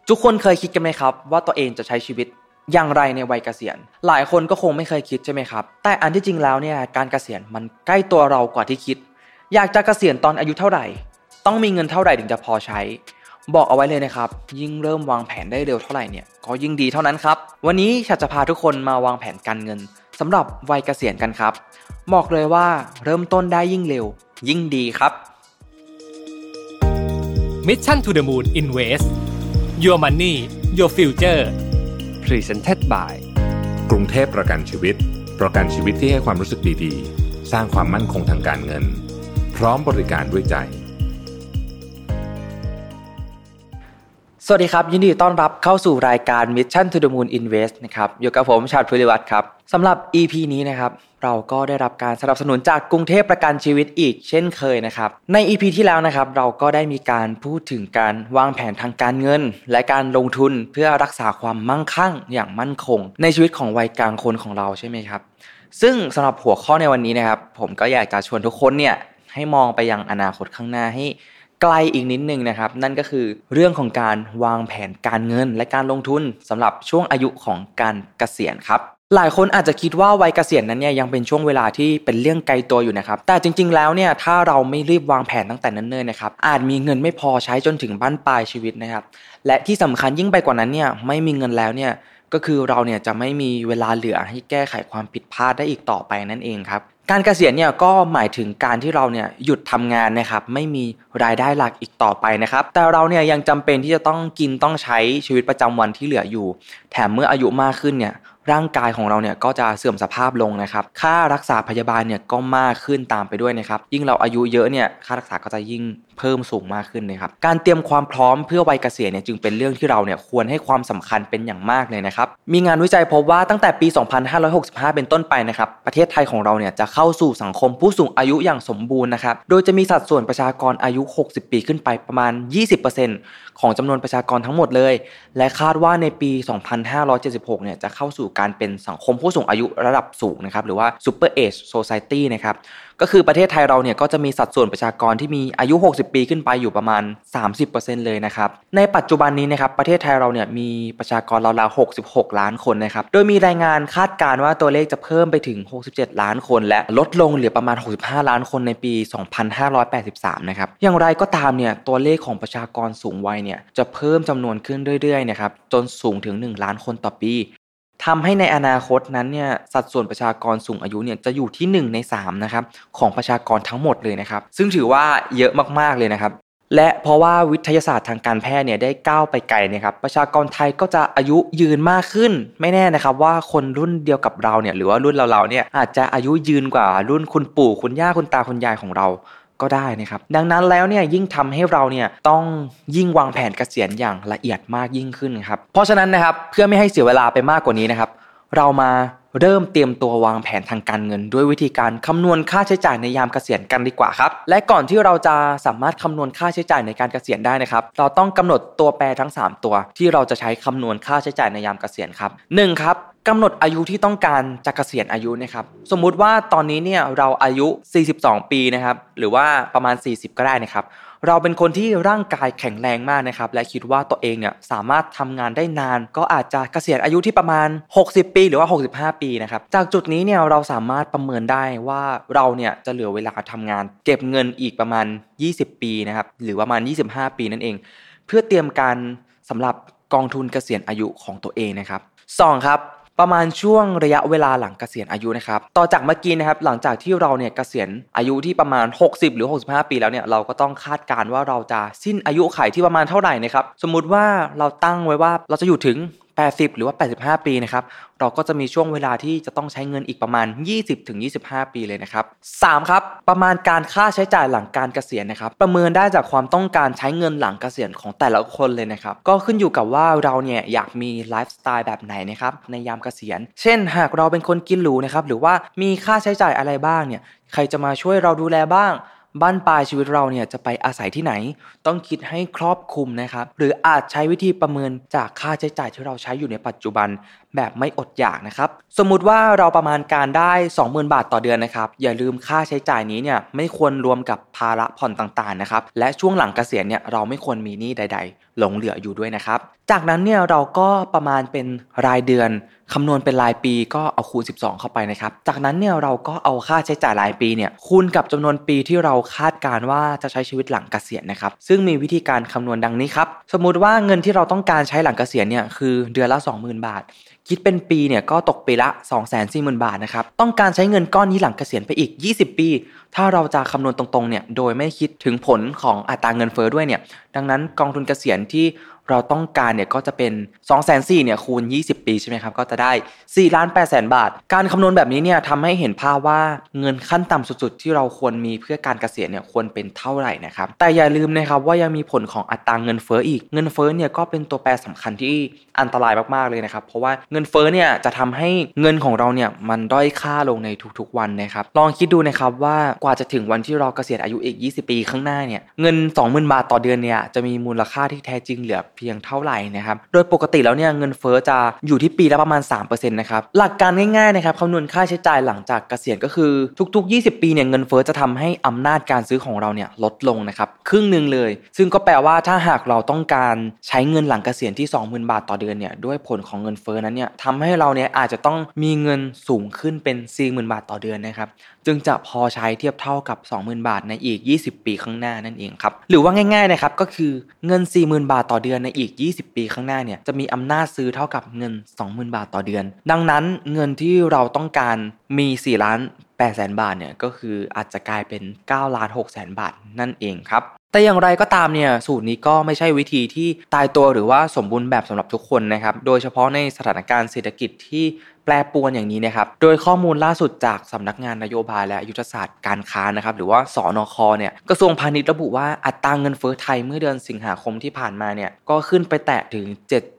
ทุกคนเคยคิดกันไหมครับว่าตัวเองจะใช้ชีวิตอย่างไรในวัยเกษียณหลายคนก็คงไม่เคยคิดใช่ไหมครับแต่อันที่จริงแล้วเนี่ยการเกษียณมันใกล้ตัวเรากว่าที่คิดอยากจะเกษียณตอนอายุเท่าไหร่ต้องมีเงินเท่าไหร่ถึงจะพอใช้บอกเอาไว้เลยนะครับยิ่งเริ่มวางแผนได้เร็วเท่าไหร่เนี่ยก็ยิ่งดีเท่านั้นครับวันนี้ฉันจะพาทุกคนมาวางแผนการเงินสำหรับวัยเกษียณกันครับบอกเลยว่าเริ่มต้นได้ยิ่งเร็วยิ่งดีครับ Mission to the Moon Invest Your Money Your Future Presented by กรุงเทพประกันชีวิตประกันชีวิตที่ให้ความรู้สึกดีๆสร้างความมั่นคงทางการเงินพร้อมบริการด้วยใจสวัสดีครับยินดีต้อนรับเข้าสู่รายการ Mission to the Moon Invest นะครับอยู่กับผมชาติภูริวัฒน์ครับสำหรับ EP นี้นะครับเราก็ได้รับการสนับสนุนจากกรุงเทพประกันชีวิตอีกเช่นเคยนะครับใน EP ที่แล้วนะครับเราก็ได้มีการพูดถึงการวางแผนทางการเงินและการลงทุนเพื่อรักษาความมั่งคั่งอย่างมั่นคงในชีวิตของวัยกลางคนของเราใช่ไหมครับซึ่งสำหรับหัวข้อในวันนี้นะครับผมก็อยากจะชวนทุกคนเนี่ยให้มองไปยังอนาคตข้างหน้าให้ไกลอีกนิดนึงนะครับนั่นก็คือเรื่องของการวางแผนการเงินและการลงทุนสำหรับช่วงอายุของการเกษียณครับหลายคนอาจจะคิดว่าวัยเกษียณนั้นเนี่ยยังเป็นช่วงเวลาที่เป็นเรื่องไกลตัวอยู่นะครับแต่จริงๆแล้วเนี่ยถ้าเราไม่รีบวางแผนตั้งแต่เนิ่นๆนะครับอาจมีเงินไม่พอใช้จนถึงบั้นปลายชีวิตนะครับและที่สำคัญยิ่งไปกว่านั้นเนี่ยไม่มีเงินแล้วเนี่ยก็คือเราเนี่ยจะไม่มีเวลาเหลือให้แก้ไขความผิดพลาดได้อีกต่อไปนั่นเองครับการเกษียณเนี่ยก็หมายถึงการที่เราเนี่ยหยุดทำงานนะครับไม่มีรายได้หลักอีกต่อไปนะครับแต่เราเนี่ยยังจำเป็นที่จะต้องกินต้องใช้ชีวิตประจำวันที่เหลืออยู่แถมเมื่ออายุมากขึ้นเนี่ยร่างกายของเราเนี่ยก็จะเสื่อมสภาพลงนะครับค่ารักษาพยาบาลเนี่ยก็มากขึ้นตามไปด้วยนะครับยิ่งเราอายุเยอะเนี่ยค่ารักษาก็จะยิ่งเพิ่มสูงมากขึ้นนะครับการเตรียมความพร้อมเพื่อวัยเกษียณเนี่ยจึงเป็นเรื่องที่เราเนี่ยควรให้ความสำคัญเป็นอย่างมากเลยนะครับมีงานวิจัยพบว่าตั้งแต่ปี 2565 เป็นต้นไปนะครับประเทศไทยของเราเนี่ยจะเข้าสู่สังคมผู้สูงอายุอย่างสมบูรณ์นะครับโดยจะมีสัดส่วนประชากรอายุ 60 ปีขึ้นไปประมาณ 20% ของจำนวนประชากรทั้งหมดเลยและคาดว่าในปี 2576 เนี่ยจะเข้าสู่การเป็นสังคมผู้สูงอายุระดับสูงนะครับหรือว่า Super Age Society นะครับก็คือประเทศไทยเราเนี่ยก็จะมีสัดส่วนประชากรที่มีอายุ 60 ปีขึ้นไปอยู่ประมาณ 30% เลยนะครับในปัจจุบันนี้นะครับประเทศไทยเราเนี่ยมีประชากรราวๆ 66 ล้านคนนะครับโดยมีรายงานคาดการณ์ว่าตัวเลขจะเพิ่มไปถึง 67 ล้านคนและลดลงเหลือประมาณ 65 ล้านคนในปี 2583 นะครับอย่างไรก็ตามเนี่ยตัวเลขของประชากรสูงวัยเนี่ยจะเพิ่มจำนวนขึ้นเรื่อยๆนะครับจนสูงถึง 1 ล้านคนต่อปีทำให้ในอนาคตนั้นเนี่ยสัดส่วนประชากรสูงอายุเนี่ยจะอยู่ที่1ใน3นะครับของประชากรทั้งหมดเลยนะครับซึ่งถือว่าเยอะมากๆเลยนะครับและเพราะว่าวิทยาศาสตร์ทางการแพทย์เนี่ยได้ก้าวไปไกลนะครับประชากรไทยก็จะอายุยืนมากขึ้นไม่แน่นะครับว่าคนรุ่นเดียวกับเราเนี่ยหรือว่ารุ่นเราเนี่ยอาจจะอายุยืนกว่ารุ่นคุณปู่คุณย่าคุณตาคุณยายของเราก็ได้นะครับดังนั้นแล้วเนี่ยยิ่งทำให้เราเนี่ยต้องยิ่งวางแผนเกษียณอย่างละเอียดมากยิ่งขึ้นครับเพราะฉะนั้นนะครับเพื่อไม่ให้เสียเวลาไปมากกว่านี้นะครับเรามาเริ่มเตรียมตัววางแผนทางการเงินด้วยวิธีการคำนวณค่าใช้จ่ายในยามเกษียณกันดีกว่าครับและก่อนที่เราจะสามารถคำนวณค่าใช้จ่ายในการเกษียณได้นะครับเราต้องกำหนดตัวแปรทั้ง3ตัวที่เราจะใช้คำนวณค่าใช้จ่ายในยามเกษียณครับ1ครับกำหนดอายุที่ต้องการจะเกษียณอายุนะครับสมมุติว่าตอนนี้เนี่ยเราอายุ42ปีนะครับหรือว่าประมาณ40ก็ได้นะครับเราเป็นคนที่ร่างกายแข็งแรงมากนะครับและคิดว่าตัวเองเนี่ยสามารถทำงานได้นานก็อาจจะเกษียณอายุที่ประมาณ60ปีหรือว่า65ปีนะครับจากจุดนี้เนี่ยเราสามารถประเมินได้ว่าเราเนี่ยจะเหลือเวลาทำงานเก็บเงินอีกประมาณ20ปีนะครับหรือประมาณ25ปีนั่นเองเพื่อเตรียมการสำหรับกองทุนเกษียณอายุของตัวเองนะครับ2ครับประมาณช่วงระยะเวลาหลังเกษียณอายุนะครับต่อจากเมื่อกี้นะครับหลังจากที่เราเนี่ยเกษียณอายุที่ประมาณ60หรือ65ปีแล้วเนี่ยเราก็ต้องคาดการณ์ว่าเราจะสิ้นอายุขัยที่ประมาณเท่าไหร่นะครับสมมุติว่าเราตั้งไว้ว่าเราจะอยู่ถึง80หรือว่า85ปีนะครับเราก็จะมีช่วงเวลาที่จะต้องใช้เงินอีกประมาณ20ถึง25ปีเลยนะครับ3ครับประมาณการค่าใช้จ่ายหลังการเกษียณนะครับประเมินได้จากความต้องการใช้เงินหลังเกษียณของแต่ละคนเลยนะครับก็ขึ้นอยู่กับว่าเราเนี่ยอยากมีไลฟ์สไตล์แบบไหนนะครับในยามเกษียณเช่นหากเราเป็นคนกินหรูนะครับหรือว่ามีค่าใช้จ่ายอะไรบ้างเนี่ยใครจะมาช่วยเราดูแลบ้างบ้านปลายชีวิตเราเนี่ยจะไปอาศัยที่ไหนต้องคิดให้ครอบคลุมนะครับหรืออาจใช้วิธีประเมินจากค่าใช้จ่ายที่เราใช้อยู่ในปัจจุบันแบบไม่อดอยากนะครับสมมุติว่าเราประมาณการได้ 20,000 บาทต่อเดือนนะครับอย่าลืมค่าใช้จ่ายนี้เนี่ยไม่ควรรวมกับภาระผ่อนต่างๆนะครับและช่วงหลังเกษียณเนี่ยเราไม่ควรมีหนี้ใดๆหลงเหลืออยู่ด้วยนะครับจากนั้นเนี่ยเราก็ประมาณเป็นรายเดือนคำนวณเป็นรายปีก็เอาคูณ12เข้าไปนะครับจากนั้นเนี่ยเราก็เอาค่าใช้จ่ายรายปีเนี่ยคูณกับจำนวนปีที่เราคาดการณ์ว่าจะใช้ชีวิตหลังเกษียณนะครับซึ่งมีวิธีการคำนวณดังนี้ครับสมมุติว่าเงินที่เราต้องการใช้หลังเกษียณเนี่ยคือเดือนละ 20,000 บาทคิดเป็นปีเนี่ยก็ตกปีละ 240,000 บาทนะครับต้องการใช้เงินก้อนนี้หลังเกษียณไปอีก20ปีถ้าเราจะคำนวณตรงๆเนี่ยโดยไม่คิดถึงผลของอัตราเงินเฟ้อด้วยเนี่ยดังนั้นกองทุนเกษียณที่เราต้องการเนี่ยก็จะเป็น 240,000 เนี่ยคูณ20ปีใช่ไหมครับก็จะได้ 4,800,000 บาทการคำนวณแบบนี้เนี่ยทำให้เห็นภาพว่าเงินขั้นต่ำสุดๆที่เราควรมีเพื่อการเกษียณเนี่ยควรเป็นเท่าไหร่นะครับแต่อย่าลืมนะครับว่ายังมีผลของอัตราเงินเฟ้ออีกเงินเฟ้อเนี่ยก็เป็นตัวแปรสำคัญที่อันตรายมากๆเลยนะครับเพราะว่าเงินเฟ้อเนี่ยจะทำให้เงินของเราเนี่ยมันด้อยค่าลงในทุกๆวันนะครับลองคิดดูนะครับว่ากว่าจะถึงวันที่เราเกษียณอายุอีก20ปีข้างหน้าเนี่ยเงิน 20,000 บาทต่อเดือนเนี่ยจะมีมูลค่าที่แท้จริงเหลือเพียงเท่าไหร่นะครับโดยปกติแล้วเนี่ยเงินเฟ้อจะอยู่ที่ปีละประมาณ 3% นะครับหลักการง่ายๆนะครับคำนวณค่าใช้จ่ายหลังจากเกษียณก็คือทุกๆ20ปีเนี่ยเงินเฟ้อจะทำให้อำนาจการซื้อของเราเนี่ยลดลงนะครับครึ่งนึงเลยซึ่งก็แปลว่าถ้าหากเราต้องการใช้เงินหลังเกษียณที่ 20,000 บาทต่อเดือนเนี่ยด้วยผลของเงินเฟ้อนั้นเนี่ยทำให้เราเนี่ยอาจจะต้องมีเงินสูงขึ้นเป็น 40,000 บาทต่อเดือนนะครับจึงจะพอใช้เทียบเท่ากับ 20,000 บาทในอีก20ปีข้างหน้านั่นเองครับหรือว่าง่ายๆนะครับก็คือเงิน 40,000 บาทต่อเดือนในอีก20ปีข้างหน้าเนี่ยจะมีอำนาจซื้อเท่ากับเงิน 20,000 บาทต่อเดือนดังนั้นเงินที่เราต้องการมี4,800,000 บาทเนี่ยก็คืออาจจะกลายเป็น 9,600,000 บาทนั่นเองครับแต่อย่างไรก็ตามเนี่ยสูตรนี้ก็ไม่ใช่วิธีที่ตายตัวหรือว่าสมบูรณ์แบบสำหรับทุกคนนะครับโดยเฉพาะในสถานการณ์เศรษฐกิจที่แปรปรวนอย่างนี้นะครับโดยข้อมูลล่าสุดจากสำนักงานนโยบายและยุทธศาสตร์การค้านะครับหรือว่าสนค.เนี่ยกระทรวงพาณิชย์ระบุว่าอัตราเงินเฟ้อไทยเมื่อเดือนสิงหาคมที่ผ่านมาเนี่ยก็ขึ้นไปแตะถึง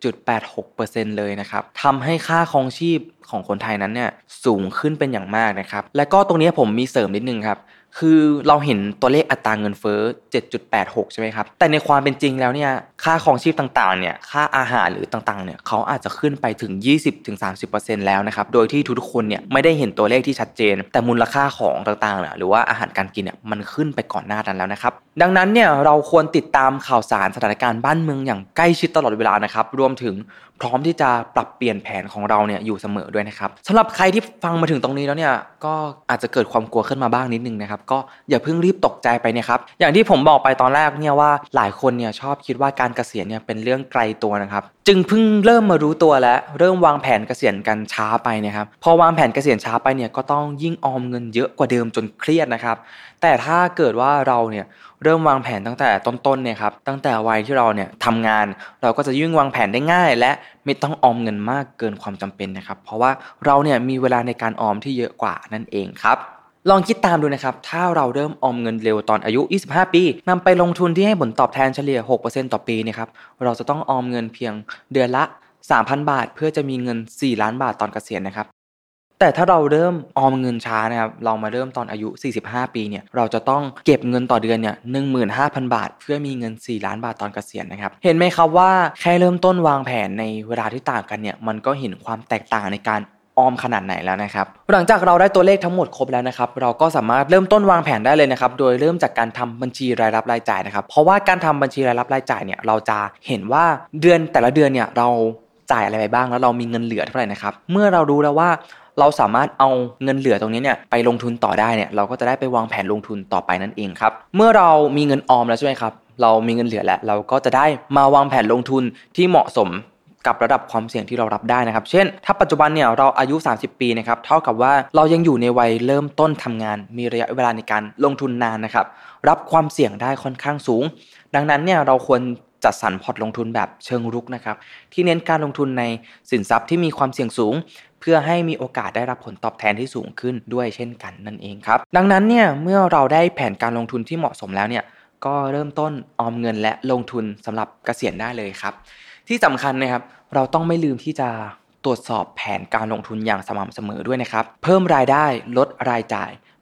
7.86% เลยนะครับทำให้ค่าครองชีพของคนไทยนั้นเนี่ยสูงขึ้นเป็นอย่างมากนะครับและก็ตรงนี้ผมมีเสริมนิดนึงครับคือเราเห็นตัวเลขอัตราเงินเฟ้อ 7.86 ใช่ไหมครับแต่ในความเป็นจริงแล้วเนี่ยค่าครองชีพต่างๆเนี่ยค่าอาหารหรือต่างๆเนี่ยเขาอาจจะขึ้นไปถึง 20-30% แล้วนะครับโดยที่ทุกคนเนี่ยไม่ได้เห็นตัวเลขที่ชัดเจนแต่มูลค่าของต่างๆเนี่ยหรือว่าอาหารการกินเนี่ยมันขึ้นไปก่อนหน้านั้นแล้วนะครับดังนั้นเนี่ยเราควรติดตามข่าวสารสถานการณ์บ้านเมืองอย่างใกล้ชิดตลอดเวลานะครับรวมถึงพร้อมที่จะปรับเปลี่ยนแผนของเราเนี่ยอยู่เสมอด้วยนะครับสำหรับใครที่ฟังมาถึงตรงนี้แล้วเนี่ยก็อาจจะเกิดความกลัวขึ้นมาบ้างนิดนึงนะครับก็อย่าเพิ่งรีบตกใจไปเนี่ยครับอย่างที่ผมบอกไปตอนแรกเนี่ยว่าหลายคนเนี่ยชอบคิดว่าการเกษียณเนี่ยเป็นเรื่องไกลตัวนะครับจึงเพิ่งเริ่มมารู้ตัวและเริ่มวางแผนเกษียณกันช้าไปนะครับพอวางแผนเกษียณช้าไปเนี่ยก็ต้องยิ่งออมเงินเยอะกว่าเดิมจนเครียดนะครับแต่ถ้าเกิดว่าเราเนี่ยเริ่มวางแผนตั้งแต่ต้นๆเนี่ยครับตั้งแต่วัยที่เราเนี่ยทำงานเราก็จะยิ่งวางแผนได้ง่ายและไม่ต้องออมเงินมากเกินความจำเป็นนะครับเพราะว่าเราเนี่ยมีเวลาในการออมที่เยอะกว่านั่นเองครับลองคิดตามดูนะครับถ้าเราเริ่มออมเงินเร็วตอนอายุ25ปีนำไปลงทุนที่ให้ผลตอบแทนเฉลี่ย 6% ต่อปีนะครับเราจะต้องออมเงินเพียงเดือนละ 3,000 บาทเพื่อจะมีเงิน4ล้านบาทตอนเกษียณนะครับแต่ถ้าเราเริ่มออมเงินช้านะครับเรามาเริ่มตอนอายุ45ปีเนี่ยเราจะต้องเก็บเงินต่อเดือนเนี่ย 15,000 บาทเพื่อมีเงิน4ล้านบาทตอนเกษียณนะครับเห็นไหมครับว่าแค่เริ่มต้นวางแผนในเวลาที่ต่างกันเนี่ยมันก็เห็นความแตกต่างในการออมขนาดไหนแล้วนะครับหลังจากเราได้ตัวเลขทั้งหมดครบแล้วนะครับเราก็สามารถเริ่มต้นวางแผนได้เลยนะครับโดยเริ่มจากการทำบัญชีรายรับรายจ่ายนะครับเพราะว่าการทำบัญชีรายรับรายจ่ายเนี่ยเราจะเห็นว่าเดือนแต่ละเดือนเนี่ยเราจ่ายอะไรไปบ้างแล้วเรามีเงินเหลือเท่าไหร่นะครับเมื่อเรารู้แล้วว่าเราสามารถเอาเงินเหลือตรงนี้เนี่ยไปลงทุนต่อได้เนี่ยเราก็จะได้ไปวางแผนลงทุนต่อไปนั่นเองครับเมื่อเรามีเงินออมแล้วใช่ไหมครับเรามีเงินเหลือแล้วเราก็จะได้มาวางแผนลงทุนที่เหมาะสมกับระดับความเสี่ยงที่เรารับได้นะครับเช่นถ้าปัจจุบันเนี่ยเราอายุ30ปีนะครับเท่ากับว่าเรายังอยู่ในวัยเริ่มต้นทำงานมีระยะเวลาในการลงทุนนานนะครับรับความเสี่ยงได้ค่อนข้างสูงดังนั้นเนี่ยเราควรจัดสรรพอร์ตลงทุนแบบเชิงรุกนะครับที่เน้นการลงทุนในสินทรัพย์ที่มีความเสี่ยงสูงเพื่อให้มีโอกาสได้รับผลตอบแทนที่สูงขึ้นด้วยเช่นกันนั่นเองครับดังนั้นเนี่ยเมื่อเราได้แผนการลงทุนที่เหมาะสมแล้วเนี่ยก็เริ่มต้นออมเงินและลงทุนสำหรับเกษียณได้เลยครับที่สำคัญนะครับเราต้องไม่ลืมที่จะตรวจสอบแผนการลงทุนอย่างสม่ำเสมอด้วยนะครับเพิ่มรายได้ลดรายจ่าย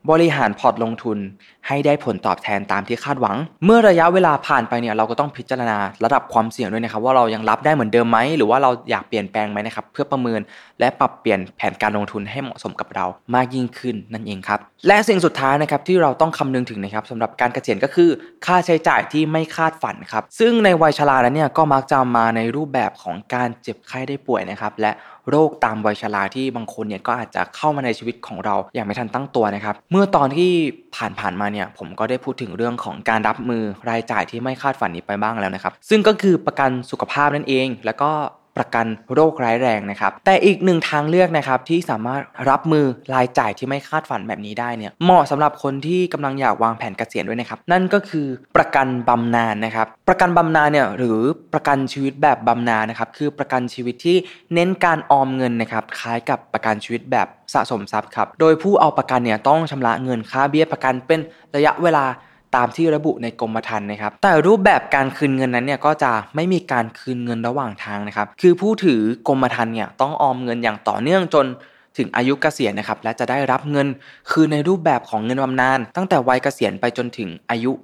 บริหารพอร์ตลงทุนให้ได้ผลตอบแทนตามที่คาดหวังเมื่อระยะเวลาผ่านไปเนี่ยเราก็ต้องพิจารณาระดับความเสี่ยงด้วยนะครับว่าเรายังรับได้เหมือนเดิมไหมหรือว่าเราอยากเปลี่ยนแปลงไหมนะครับเพื่อประเมินและปรับเปลี่ยนแผนการลงทุนให้เหมาะสมกับเรามากยิ่งขึ้นนั่นเองครับและสิ่งสุดท้ายนะครับที่เราต้องคำนึงถึงนะครับสำหรับการเกษียณก็คือค่าใช้จ่ายที่ไม่คาดฝันครับซึ่งในวัยชรานั้นเนี่ยก็มักจะมาในรูปแบบของการเจ็บไข้ได้ป่วยนะครับและโรคตามวัยชราที่บางคนเนี่ยก็อาจจะเข้ามาในชีวิตของเราอย่างไม่ทันตั้งตัวนะครับเมื่อตอนที่ผ่านมาเนี่ยผมก็ได้พูดถึงเรื่องของการรับมือรายจ่ายที่ไม่คาดฝันนี้ไปบ้างแล้วนะครับซึ่งก็คือประกันสุขภาพนั่นเองแล้วก็ประกันโรคร้ายแรงนะครับแต่อีกหนึ่งทางเลือกนะครับที่สามารถรับมือรายจ่ายที่ไม่คาดฝันแบบนี้ได้เนี่ยเหมาะสำหรับคนที่กำลังอยากวางแผนเกษียณด้วยนะครับนั่นก็คือประกันบำนาญนะครับประกันบำนาญเนี่ยหรือประกันชีวิตแบบบำนาญนะครับคือประกันชีวิตที่เน้นการออมเงินนะครับคล้ายกับประกันชีวิตแบบสะสมทรัพย์ครับโดยผู้เอาประกันเนี่ยต้องชำระเงินค่าเบี้ยประกันเป็นระยะเวลาตามที่ระบุในกรมธรรม์นะครับแต่รูปแบบการคืนเงินนั้นเนี่ยก็จะไม่มีการคืนเงินระหว่างทางนะครับคือผู้ถือกรมธรรม์เนี่ยต้องออมเงินอย่างต่อเนื่องจนถึงอายุเกษียณนะครับและจะได้รับเงินคืนในรูปแบบของเงินบำนาญตั้งแต่วัยเกษียณไปจนถึงอายุ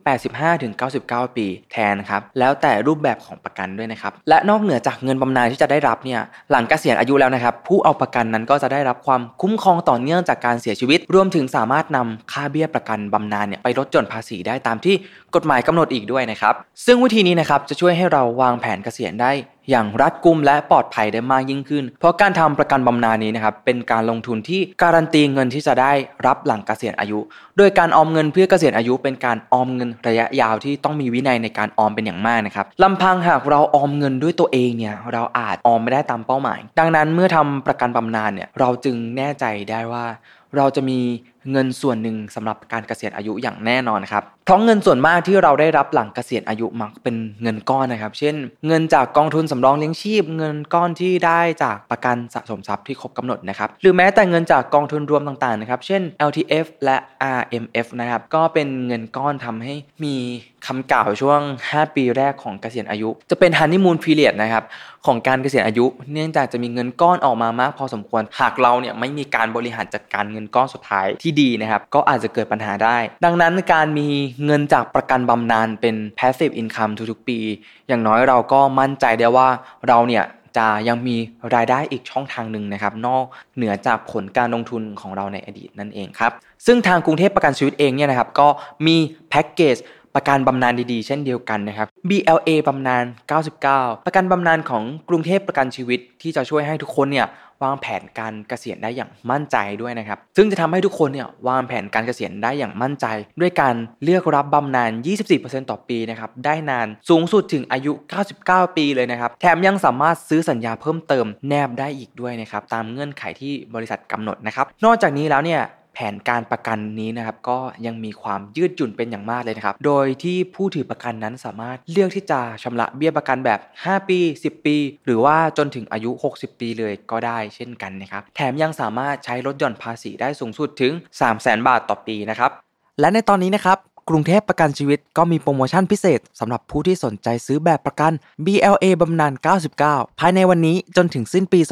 85-99 ปีแทนครับแล้วแต่รูปแบบของประกันด้วยนะครับและนอกเหนือจากเงินบำนาญที่จะได้รับเนี่ยหลังเกษียณอายุแล้วนะครับผู้เอาประกันนั้นก็จะได้รับความคุ้มครองต่อเนื่องจากการเสียชีวิตรวมถึงสามารถนำค่าเบี้ยประกันบำนาญเนี่ยไปลดหย่อนภาษีได้ตามที่กฎหมายกำหนดอีกด้วยนะครับซึ่งวิธีนี้นะครับจะช่วยให้เราวางแผนเกษียณได้อย่างรัดกุมและปลอดภัยได้มากยิ่งขึ้นเพราะการทำประกันบำนาญนี้นะครับเป็นการลงทุนที่การันตีเงินที่จะได้รับหลังเกษียณอายุโดยการออมเงินเพื่อเกษียณอายุเป็นการออมเงินระยะยาวที่ต้องมีวินัยในการออมเป็นอย่างมากนะครับลำพังหากเราออมเงินด้วยตัวเองเนี่ยเราอาจออมไม่ได้ตามเป้าหมายดังนั้นเมื่อทำประกันบำนาญเนี่ยเราจึงแน่ใจได้ว่าเราจะมีเงินส่วนหนึ่งสำหรับการเกษียณอายุอย่างแน่นอนครับเพราะเงินส่วนมากที่เราได้รับหลังเกษียณอายุมักเป็นเงินก้อนนะครับเช่นเงินจากกองทุนสำรองเลี้ยงชีพเงินก้อนที่ได้จากประกันสะสมทรัพย์ที่ครบกำหนดนะครับหรือแม้แต่เงินจากกองทุนรวมต่างๆนะครับเช่น LTF และ RMF นะครับก็เป็นเงินก้อนทำให้มีคำกล่าวช่วง5ปีแรกของเกษียณอายุจะเป็น honeymoon period นะครับของการเกษียณอายุเนื่องจากจะมีเงินก้อนออกมามากพอสมควรหากเราเนี่ยไม่มีการบริหารจัดการเงินก้อนสุดท้ายที่ดีนะครับก็อาจจะเกิดปัญหาได้ดังนั้นการมีเงินจากประกันบำนาญเป็น passive income ทุกๆปีอย่างน้อยเราก็มั่นใจได้ว่าเราเนี่ยจะยังมีรายได้อีกช่องทางหนึ่งนะครับนอกเหนือจากผลการลงทุนของเราในอดีตนั่นเองครับซึ่งทางกรุงเทพประกันชีวิตเองเนี่ยนะครับก็มีแพ็คเกจประกันบำนาญดีๆเช่นเดียวกันนะครับ BLA บำนาญ99ประกันบำนาญของกรุงเทพประกันชีวิตที่จะช่วยให้ทุกคนเนี่ยวางแผนการเกษียณได้อย่างมั่นใจด้วยนะครับซึ่งจะทำให้ทุกคนเนี่ยวางแผนการเกษียณได้อย่างมั่นใจด้วยการเลือกรับบำนาญ 24% ต่อปีนะครับได้นานสูงสุดถึงอายุ99ปีเลยนะครับแถมยังสามารถซื้อสัญญาเพิ่มเติมแนบได้อีกด้วยนะครับตามเงื่อนไขที่บริษัทกำหนดนะครับนอกจากนี้แล้วเนี่ยแผนการประกันนี้นะครับก็ยังมีความยืดหยุ่นเป็นอย่างมากเลยนะครับโดยที่ผู้ถือประกันนั้นสามารถเลือกที่จะชำระเบี้ยประกันแบบ5ปี10ปีหรือว่าจนถึงอายุ60ปีเลยก็ได้เช่นกันนะครับแถมยังสามารถใช้ลดหย่อนภาษีได้สูงสุดถึง 300,000 บาทต่อปีนะครับและในตอนนี้นะครับกรุงเทพประกันชีวิตก็มีโปรโมชั่นพิเศษสำหรับผู้ที่สนใจซื้อแบบประกัน BLA บำนาญ99ภายในวันนี้จนถึงสิ้นปี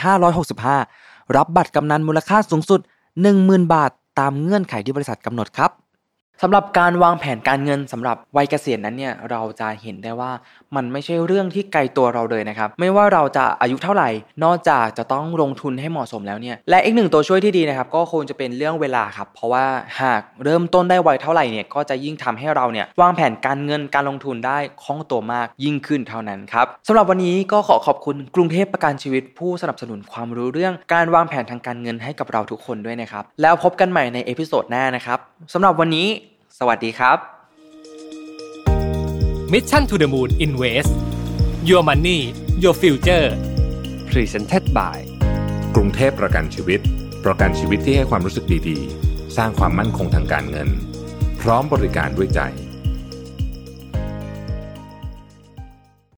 2565รับบัตรกำนันมูลค่าสูงสุด10,000 บาทตามเงื่อนไขที่บริษัทกำหนดครับสำหรับการวางแผนการเงินสำหรับวัยเกษียณนั้นเนี่ยเราจะเห็นได้ว่ามันไม่ใช่เรื่องที่ไกลตัวเราเลยนะครับไม่ว่าเราจะอายุเท่าไหร่นอกจากจะต้องลงทุนให้เหมาะสมแล้วเนี่ยและอีกหนึ่งตัวช่วยที่ดีนะครับก็คงจะเป็นเรื่องเวลาครับเพราะว่าหากเริ่มต้นได้วัยเท่าไหร่เนี่ยก็จะยิ่งทำให้เราเนี่ยวางแผนการเงินการลงทุนได้คล่องตัวมากยิ่งขึ้นเท่านั้นครับสำหรับวันนี้ก็ขอบคุณกรุงเทพประกันชีวิตผู้สนับสนุนความรู้เรื่องการวางแผนทางการเงินให้กับเราทุกคนด้วยนะครับแล้วพบกันใหม่ในเอพิโซดหน้านะครับสำหรับวันนี้สวัสดีครับ Mission to the Moon Invest Your Money Your Future Presented by กรุงเทพประกันชีวิตประกันชีวิตที่ให้ความรู้สึกดีๆสร้างความมั่นคงทางการเงินพร้อมบริการด้วยใจ